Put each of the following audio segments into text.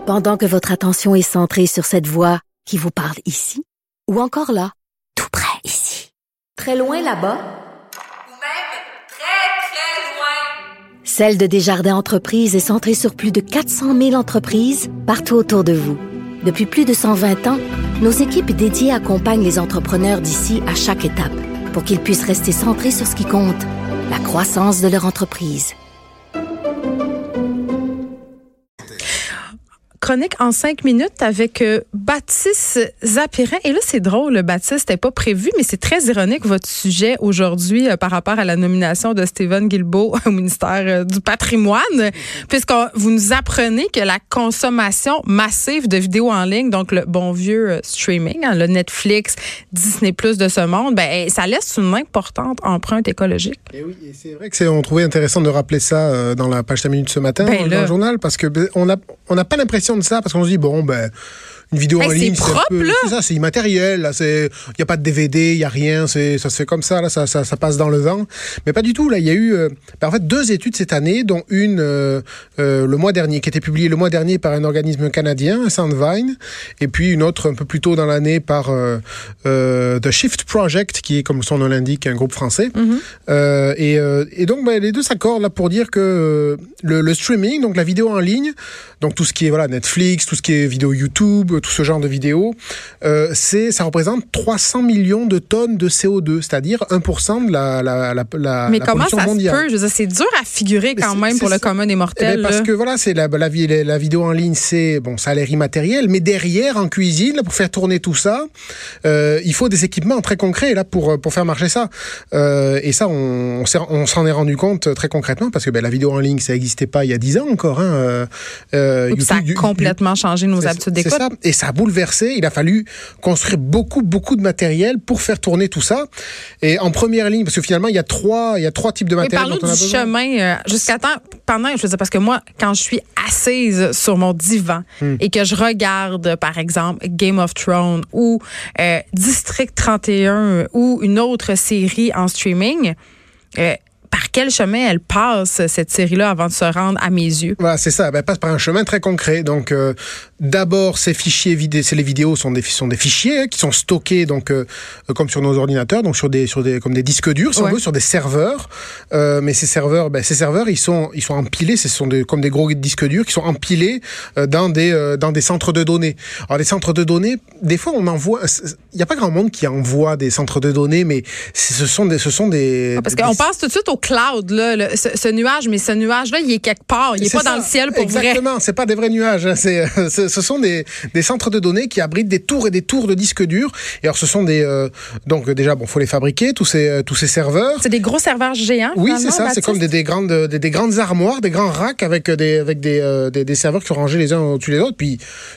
Pendant que votre attention est centrée sur cette voix qui vous parle ici, ou encore là, tout près ici, très loin là-bas, ou même très, très loin. Celle de Desjardins Entreprises est centrée sur plus de 400 000 entreprises partout autour de vous. Depuis plus de 120 ans, nos équipes dédiées accompagnent les entrepreneurs d'ici à chaque étape pour qu'ils puissent rester centrés sur ce qui compte, la croissance de leur entreprise. Chronique en 5 minutes avec Baptiste Zapirin. Et là, c'est drôle, Baptiste, c'était pas prévu, mais c'est très ironique votre sujet aujourd'hui par rapport à la nomination de Stephen Guilbeault au ministère du Patrimoine, puisque vous nous apprenez que la consommation massive de vidéos en ligne, donc le bon vieux streaming, le Netflix, Disney+ de ce monde, ça laisse une importante empreinte écologique. Et oui, et c'est vrai que on trouvait intéressant de rappeler ça dans la page 5 minutes ce matin dans le journal, parce que on n'a pas l'impression de ça, parce qu'on se dit, une vidéo en ligne, c'est propre, là. C'est ça, c'est immatériel. Il n'y a pas de DVD, il n'y a rien. Ça se fait comme ça, là, ça passe dans le vent. Mais pas du tout. Là, il y a eu en fait 2 études cette année, dont une le mois dernier, qui a été publiée le mois dernier par un organisme canadien, Sandvine, et puis une autre un peu plus tôt dans l'année par The Shift Project, qui est, comme son nom l'indique, un groupe français. Mm-hmm. Et donc, les deux s'accordent là pour dire que le streaming, donc la vidéo en ligne, donc tout ce qui est Netflix, tout ce qui est vidéo YouTube, tout ce genre de vidéos, ça représente 300 millions de tonnes de CO2, c'est-à-dire 1% de la Mais la comment pollution ça mondiale. se peut? Je veux dire, c'est dur à figurer quand même pour le commun des mortels. Parce que c'est la vidéo en ligne, ça a l'air immatériel, mais derrière, en cuisine, là, pour faire tourner tout ça, il faut des équipements très concrets là pour faire marcher ça. Et ça, on s'en est rendu compte très concrètement, parce que la vidéo en ligne, ça n'existait pas il y a 10 ans encore. YouTube, ça a complètement changé nos habitudes d'écoute. C'est ça. Et ça a bouleversé. Il a fallu construire beaucoup de matériel pour faire tourner tout ça. Et en première ligne, parce que finalement, il y a trois types de matériel. Parlons du chemin jusqu'à temps. Parce que moi, quand je suis assise sur mon divan et que je regarde, par exemple, Game of Thrones ou District 31 ou une autre série en streaming, par quel chemin elle passe, cette série-là, avant de se rendre à mes yeux? Voilà, c'est ça. Elle passe par un chemin très concret. Donc, d'abord, ces fichiers les vidéos sont des fichiers qui sont stockés, donc, comme sur nos ordinateurs, donc comme des disques durs, si on veut, sur des serveurs. Mais ces serveurs, ils sont empilés. Ce sont comme des gros disques durs qui sont empilés dans des centres de données. Alors, les centres de données, des fois, on envoie. Il n'y a pas grand monde qui envoie des centres de données, mais ce sont des. Parce qu'on pense tout de suite au cloud, là, ce nuage, mais ce nuage-là, il est quelque part. Il n'est pas dans le ciel pour vrai. Exactement, c'est pas des vrais nuages. Hein. Ce sont des centres de données qui abritent des tours et des tours de disques durs. Et alors, ce sont donc déjà, faut les fabriquer, tous ces serveurs. C'est des gros serveurs géants. Oui, c'est ça. Baptiste. C'est comme des grandes armoires, des grands racks avec des serveurs qui sont rangés les uns au-dessus des autres. Puis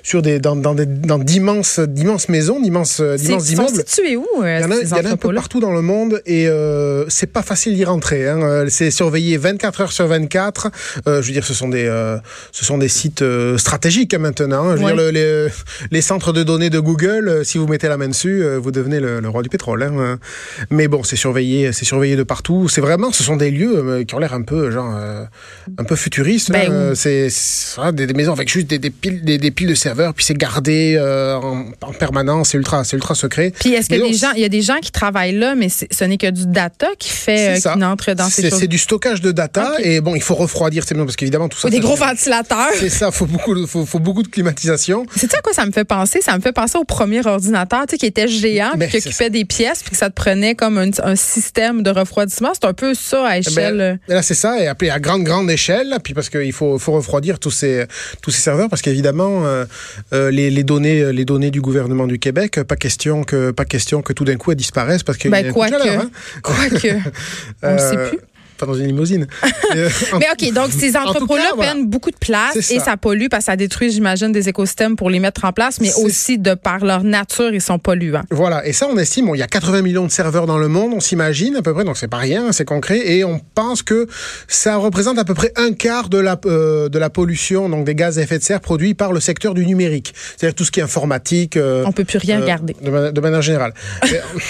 dans d'immenses maisons, d'immenses immeubles. Ils sont situés où, il y en a un peu partout dans le monde, et c'est pas facile d'y rentrer. Hein. C'est surveillé 24 heures sur 24. Je veux dire, ce sont des sites stratégiques maintenant. Hein. Je veux dire, les centres de données de Google, si vous mettez la main dessus, vous devenez le roi du pétrole. Hein. Mais bon, c'est surveillé de partout. Ce sont des lieux qui ont l'air un peu futuristes. C'est des maisons avec juste des piles de serveurs, puis c'est gardé en permanence. C'est ultra secret. Puis est-ce qu'il y a des gens qui travaillent là, mais ce n'est que du data qui entre dans ces choses? C'est du stockage de data, okay. Et il faut refroidir, c'est bien, parce qu'évidemment tout ça. Des gros ventilateurs. C'est ça, faut beaucoup de climatisation. C'est à quoi ça me fait penser? Ça me fait penser au premier ordinateur, qui était géant, puis qui occupait des pièces, puis que ça te prenait comme un système de refroidissement. C'est un peu ça à échelle. Là, c'est ça, et appelé à grande échelle, là, puis parce qu'il faut refroidir tous ces serveurs, parce qu'évidemment, les données du gouvernement du Québec, pas question que tout d'un coup elles disparaissent, parce qu'il y a quoique. On ne sait plus. Pas dans une limousine. Mais OK, donc ces entrepôts-là prennent beaucoup de place et ça pollue parce que ça détruit, j'imagine, des écosystèmes pour les mettre en place, mais aussi de par leur nature, ils sont polluants. Voilà, et ça, on estime, il y a 80 millions de serveurs dans le monde, on s'imagine à peu près, donc c'est pas rien, c'est concret, et on pense que ça représente à peu près un quart de la pollution, donc des gaz à effet de serre produits par le secteur du numérique. C'est-à-dire tout ce qui est informatique. On peut plus rien regarder. De manière générale.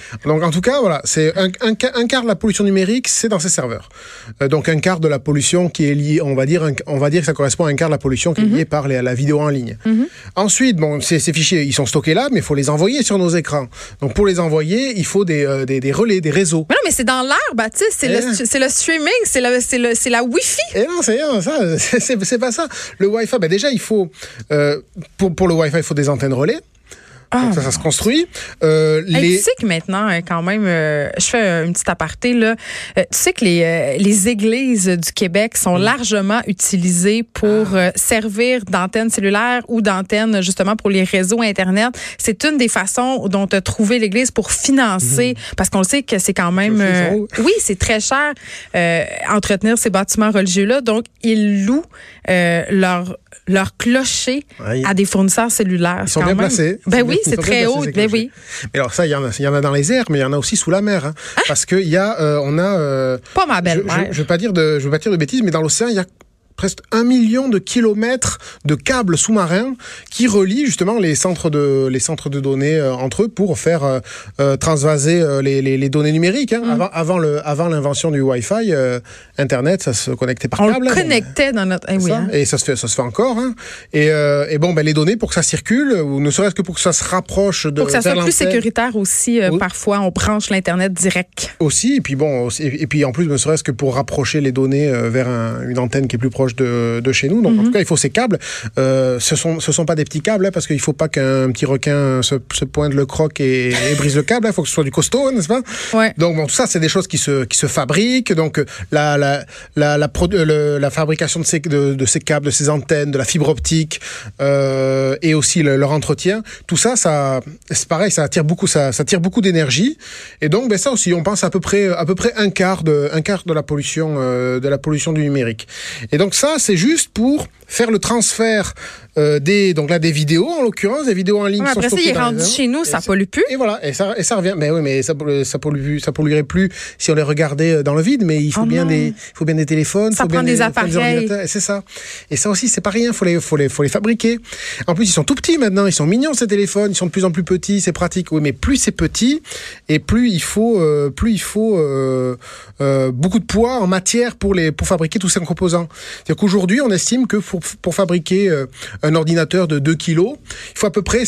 Donc en tout cas, voilà, c'est un quart de la pollution numérique, c'est dans ces serveurs. Donc un quart de la pollution qui est liée, on va dire que ça correspond à un quart de la pollution qui est liée par la vidéo en ligne. Ensuite, bon, ces fichiers, ils sont stockés là, mais il faut les envoyer sur nos écrans. Donc pour les envoyer, il faut des relais, des réseaux. Mais non, mais c'est dans l'air, Baptiste. C'est le streaming, c'est la Wi-Fi. Et non, c'est pas ça. Le Wi-Fi, ben déjà, il faut pour le Wi-Fi, il faut des antennes relais. Donc ça se construit. Tu sais que maintenant, quand même, je fais une petite aparté, là. Tu sais que les églises du Québec sont largement utilisées pour servir d'antenne cellulaire ou d'antenne, justement, pour les réseaux Internet. C'est une des façons dont tu as trouvé l'église pour financer, parce qu'on le sait que c'est quand même... oui, c'est très cher entretenir ces bâtiments religieux-là. Donc, ils louent leur clocher à des fournisseurs cellulaires. Ils sont bien placés. Ben oui, c'est très haut. Ben oui. Mais alors ça, il y en a dans les airs, mais il y en a aussi sous la mer. Hein. Parce que il y a, Pas ma belle-mère. Je veux pas dire de bêtises, mais dans l'océan, il y a presque 1 million de kilomètres de câbles sous-marins qui relient justement les centres de données entre eux pour faire transvaser les données numériques. Hein. Avant l'invention du Wi-Fi, Internet, ça se connectait par câble. On le connectait dans notre... oui, hein. Et ça se fait encore. Hein. Et bon, les données, pour que ça circule, ou ne serait-ce que pour que ça se rapproche de... Pour que ça soit plus sécuritaire aussi, parfois, on branche l'Internet direct. Aussi, et puis bon, et puis en plus, ne serait-ce que pour rapprocher les données vers une antenne qui est plus proche de chez nous. Donc en tout cas, il faut ces câbles. Ce sont pas des petits câbles, hein, parce qu'il faut pas qu'un petit requin se pointe le croc et brise le câble. Il faut que ce soit du costaud, n'est-ce pas? Ouais. Donc bon, tout ça, c'est des choses qui se fabriquent. Donc la fabrication de ces câbles, de ces antennes, de la fibre optique et aussi leur entretien. Tout ça, c'est pareil, ça tire beaucoup d'énergie. Et donc ça aussi, on pense à peu près un quart de la pollution du numérique. Et donc ça, c'est juste pour faire le transfert des vidéos, en l'occurrence, des vidéos en ligne. Ouais, après ça, il est rendu chez nous, ça pollue plus. Et voilà, et ça revient. Mais oui, mais ça polluerait plus si on les regardait dans le vide. Mais il faut bien des téléphones. Ça prend des appareils. C'est ça. Et ça aussi, c'est pas rien. Faut les fabriquer. En plus, ils sont tout petits maintenant. Ils sont mignons, ces téléphones. Ils sont de plus en plus petits. C'est pratique. Oui, mais plus c'est petit, et plus il faut beaucoup de poids en matière pour fabriquer tous ces composants. C'est-à-dire qu'aujourd'hui, on estime que pour fabriquer un ordinateur de 2 kilos, il faut à peu près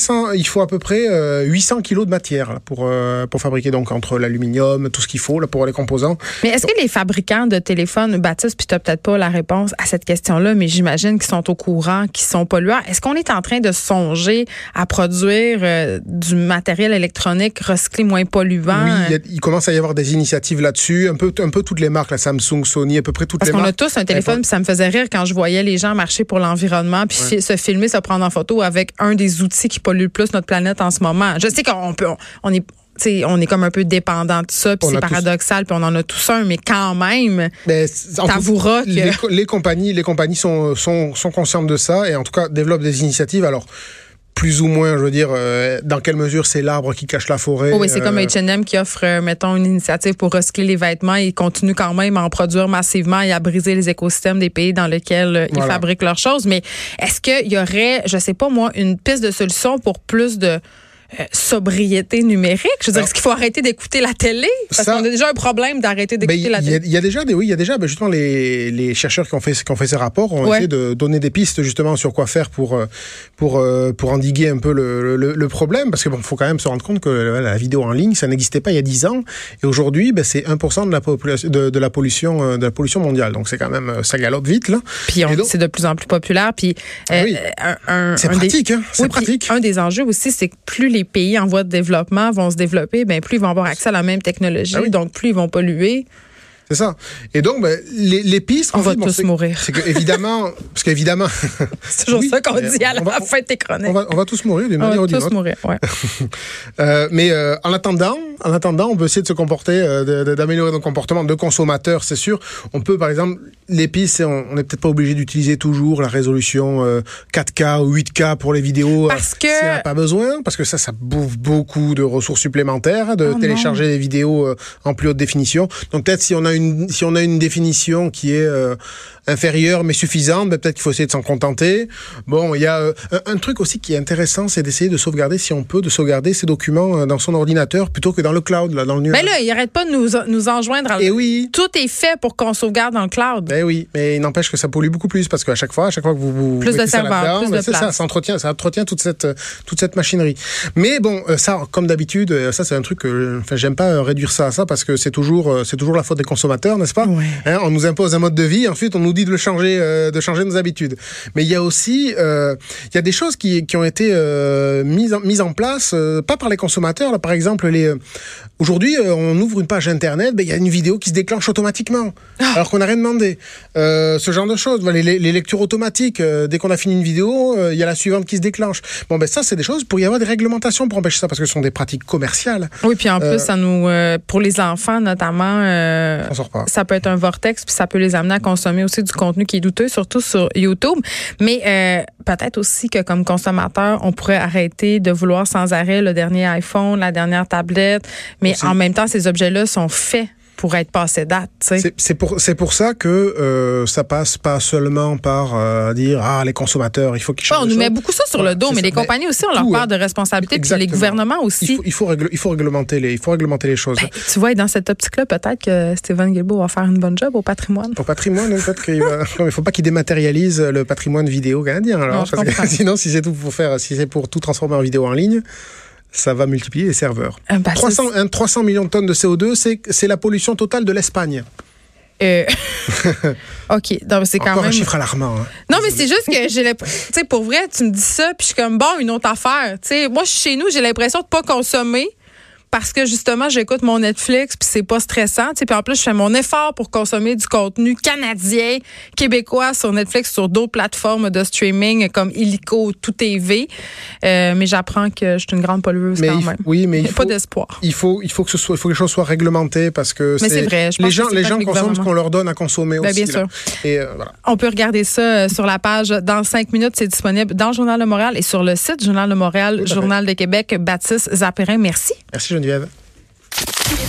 800 kilos de matière là, pour fabriquer, donc entre l'aluminium, tout ce qu'il faut là, pour les composants. Mais est-ce que les fabricants de téléphones, Baptiste, puis tu n'as peut-être pas la réponse à cette question-là, mais j'imagine qu'ils sont au courant, qu'ils sont polluants. Est-ce qu'on est en train de songer à produire du matériel électronique recyclé moins polluant? Oui, il commence à y avoir des initiatives là-dessus. Un peu toutes les marques, la Samsung, Sony, à peu près toutes les marques. Parce qu'on a tous un téléphone, puis ça me faisait rire quand je voyais les gens marcher pour l'environnement, puis se filmer, se prendre en photo avec un des outils qui pollue le plus notre planète en ce moment. Je sais on est comme un peu dépendant de ça, puis c'est paradoxal, puis on en a tous un, mais quand même, t'avoueras que... Les compagnies sont conscientes de ça, et en tout cas développent des initiatives. Alors, plus ou moins, je veux dire, dans quelle mesure c'est l'arbre qui cache la forêt. Oui, c'est comme H&M qui offre, mettons, une initiative pour recycler les vêtements. Ils continuent quand même à en produire massivement et à briser les écosystèmes des pays dans lesquels ils fabriquent leurs choses. Mais est-ce qu'il y aurait, je sais pas moi, une piste de solution pour plus de sobriété numérique? Je veux dire, est-ce qu'il faut arrêter d'écouter la télé? Parce qu'on a déjà un problème d'arrêter d'écouter la télé. Il y a déjà justement les chercheurs qui ont fait ces rapports ont essayé de donner des pistes justement sur quoi faire pour endiguer un peu le problème, parce que faut quand même se rendre compte que la vidéo en ligne, ça n'existait pas il y a 10 ans, et aujourd'hui, c'est 1% de la population de la pollution mondiale. Donc c'est quand même, ça galope vite là. Puis c'est de plus en plus populaire. Puis c'est pratique, hein. C'est pratique. Un des enjeux aussi, c'est que plus les pays en voie de développement vont se développer, plus ils vont avoir accès à la même technologie, donc plus ils vont polluer. C'est ça. Et donc, les pistes... On va tous mourir. C'est qu'évidemment... c'est toujours ça qu'on dit à la fin de tes chroniques. On va tous mourir d'une manière ou d'une autre. On va tous mourir, ouais. Mais en attendant, on peut essayer de se comporter, d'améliorer nos comportements de consommateurs, c'est sûr. On peut, par exemple, les pistes, on n'est peut-être pas obligé d'utiliser toujours la résolution 4K ou 8K pour les vidéos. Parce que... S'il n'y en a pas besoin, parce que ça bouffe beaucoup de ressources supplémentaires, de télécharger des vidéos en plus haute définition. Donc peut-être si on a a une définition qui est inférieure mais suffisante, peut-être qu'il faut essayer de s'en contenter. Bon, il y a un truc aussi qui est intéressant, c'est d'essayer de sauvegarder, si on peut, de sauvegarder ces documents dans son ordinateur plutôt que dans le cloud, là, dans le nuage. Mais là, il arrête pas de nous enjoindre. Et oui. Tout est fait pour qu'on sauvegarde dans le cloud. Ben oui, mais il n'empêche que ça pollue beaucoup plus parce qu'à chaque fois que vous plus de serveurs, plus de place. Ça entretient toute cette machinerie. Mais bon, ça, comme d'habitude, ça c'est un truc que, j'aime pas réduire ça à ça parce que c'est toujours la faute des consommateurs, n'est-ce pas? Ouais. Hein, on nous impose un mode de vie, ensuite on nous dit de changer nos habitudes. Mais il y a aussi, il y a des choses qui ont été mises en place, pas par les consommateurs. Là, par exemple, aujourd'hui, on ouvre une page internet, il y a une vidéo qui se déclenche automatiquement, alors qu'on n'a rien demandé. Ce genre de choses, les lectures automatiques. Dès qu'on a fini une vidéo, il y a la suivante qui se déclenche. Bon, ça, c'est des choses pour y avoir des réglementations pour empêcher ça, parce que ce sont des pratiques commerciales. Oui, puis en plus, ça nous, pour les enfants notamment, on sort pas. Ça peut être un vortex, puis ça peut les amener à consommer aussi du contenu qui est douteux, surtout sur YouTube. Mais peut-être aussi que comme consommateur, on pourrait arrêter de vouloir sans arrêt le dernier iPhone, la dernière tablette. Mais en même temps, ces objets-là sont faits pour être passé date. C'est pour ça que ça passe pas seulement par dire les consommateurs, il faut qu'ils changent. On nous met beaucoup ça sur le dos, mais les compagnies aussi ont leur part de responsabilité, puis les gouvernements aussi. Il faut réglementer les choses. Tu vois, et dans cette optique-là, peut-être que Stephen Guilbeault va faire une bonne job au patrimoine. Au patrimoine, peut-être qu'il va. Non, il faut pas qu'il dématérialise le patrimoine vidéo canadien. Alors, non, sinon, si c'est pour tout transformer en vidéo en ligne, ça va multiplier les serveurs. 300 millions de tonnes de CO2, c'est la pollution totale de l'Espagne. OK. Donc, c'est quand même un même chiffre alarmant. Hein. Non, mais c'est juste que j'ai l'impression, tu sais, pour vrai, tu me dis ça, puis je suis comme, bon, une autre affaire. Tu sais, moi, je suis chez nous, j'ai l'impression de pas consommer parce que justement, j'écoute mon Netflix, puis c'est pas stressant. Tu sais, puis en plus, je fais mon effort pour consommer du contenu canadien, québécois sur Netflix, sur d'autres plateformes de streaming comme Illico, Tout TV. Mais j'apprends que je suis une grande pollueuse quand même. Oui, mais il n'y a pas d'espoir. Il faut que les choses soient réglementées parce que c'est vrai. Je pense les gens consomment ce qu'on leur donne à consommer aussi. Bien sûr. Et voilà. On peut regarder ça sur la page dans 5 minutes. C'est disponible dans le Journal de Montréal et sur le site Journal de Montréal, Journal de Québec. Baptiste Zapérin, merci. Merci Geneviève.